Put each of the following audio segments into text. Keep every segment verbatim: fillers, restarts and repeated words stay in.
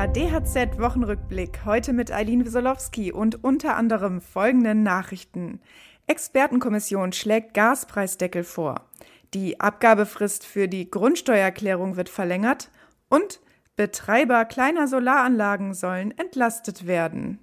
Der D H Z-Wochenrückblick, heute mit Eileen Wiesolowski und unter anderem folgenden Nachrichten. Expertenkommission schlägt Gaspreisdeckel vor. Die Abgabefrist für die Grundsteuererklärung wird verlängert und Betreiber kleiner Solaranlagen sollen entlastet werden.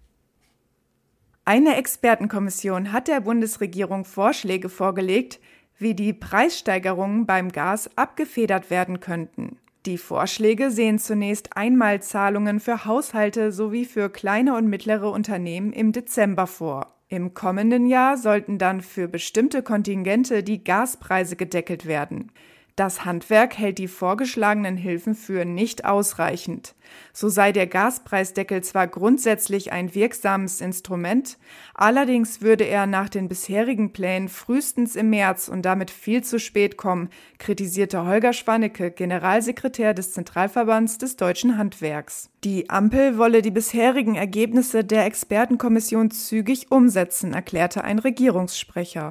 Eine Expertenkommission hat der Bundesregierung Vorschläge vorgelegt, wie die Preissteigerungen beim Gas abgefedert werden könnten. Die Vorschläge sehen zunächst Einmalzahlungen für Haushalte sowie für kleine und mittlere Unternehmen im Dezember vor. Im kommenden Jahr sollten dann für bestimmte Kontingente die Gaspreise gedeckelt werden. Das Handwerk hält die vorgeschlagenen Hilfen für nicht ausreichend. So sei der Gaspreisdeckel zwar grundsätzlich ein wirksames Instrument, allerdings würde er nach den bisherigen Plänen frühestens im März und damit viel zu spät kommen, kritisierte Holger Schwannecke, Generalsekretär des Zentralverbands des Deutschen Handwerks. Die Ampel wolle die bisherigen Ergebnisse der Expertenkommission zügig umsetzen, erklärte ein Regierungssprecher.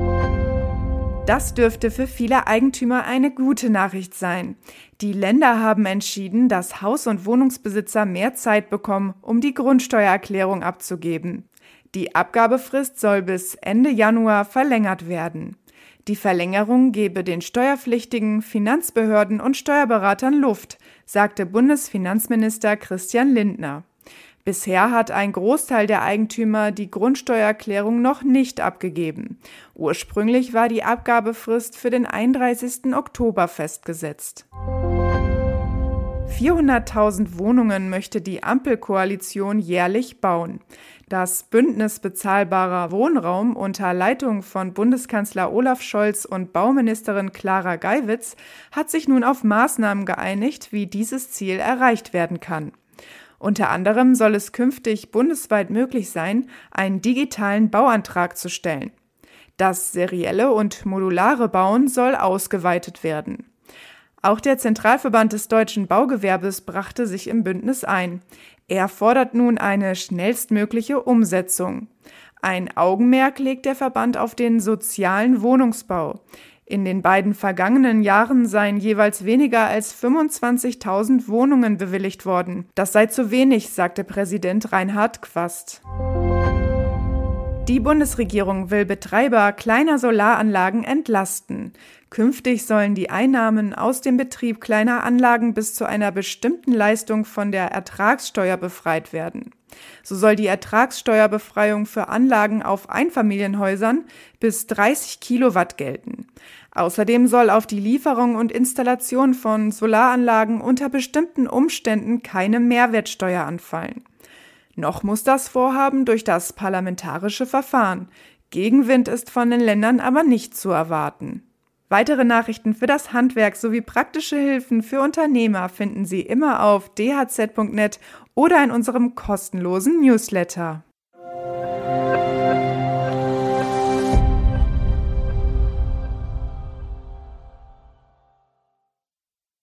Das dürfte für viele Eigentümer eine gute Nachricht sein. Die Länder haben entschieden, dass Haus- und Wohnungsbesitzer mehr Zeit bekommen, um die Grundsteuererklärung abzugeben. Die Abgabefrist soll bis Ende Januar verlängert werden. Die Verlängerung gebe den Steuerpflichtigen, Finanzbehörden und Steuerberatern Luft, sagte Bundesfinanzminister Christian Lindner. Bisher hat ein Großteil der Eigentümer die Grundsteuererklärung noch nicht abgegeben. Ursprünglich war die Abgabefrist für den einunddreißigsten Oktober festgesetzt. vierhunderttausend Wohnungen möchte die Ampelkoalition jährlich bauen. Das Bündnis bezahlbarer Wohnraum unter Leitung von Bundeskanzler Olaf Scholz und Bauministerin Clara Geiwitz hat sich nun auf Maßnahmen geeinigt, wie dieses Ziel erreicht werden kann. Unter anderem soll es künftig bundesweit möglich sein, einen digitalen Bauantrag zu stellen. Das serielle und modulare Bauen soll ausgeweitet werden. Auch der Zentralverband des deutschen Baugewerbes brachte sich im Bündnis ein. Er fordert nun eine schnellstmögliche Umsetzung. Ein Augenmerk legt der Verband auf den sozialen Wohnungsbau. In den beiden vergangenen Jahren seien jeweils weniger als fünfundzwanzigtausend Wohnungen bewilligt worden. Das sei zu wenig, sagte Präsident Reinhard Quast. Die Bundesregierung will Betreiber kleiner Solaranlagen entlasten. Künftig sollen die Einnahmen aus dem Betrieb kleiner Anlagen bis zu einer bestimmten Leistung von der Ertragssteuer befreit werden. So soll die Ertragssteuerbefreiung für Anlagen auf Einfamilienhäusern bis dreißig Kilowatt gelten. Außerdem soll auf die Lieferung und Installation von Solaranlagen unter bestimmten Umständen keine Mehrwertsteuer anfallen. Noch muss das Vorhaben durch das parlamentarische Verfahren. Gegenwind ist von den Ländern aber nicht zu erwarten. Weitere Nachrichten für das Handwerk sowie praktische Hilfen für Unternehmer finden Sie immer auf d h z punkt net oder in unserem kostenlosen Newsletter.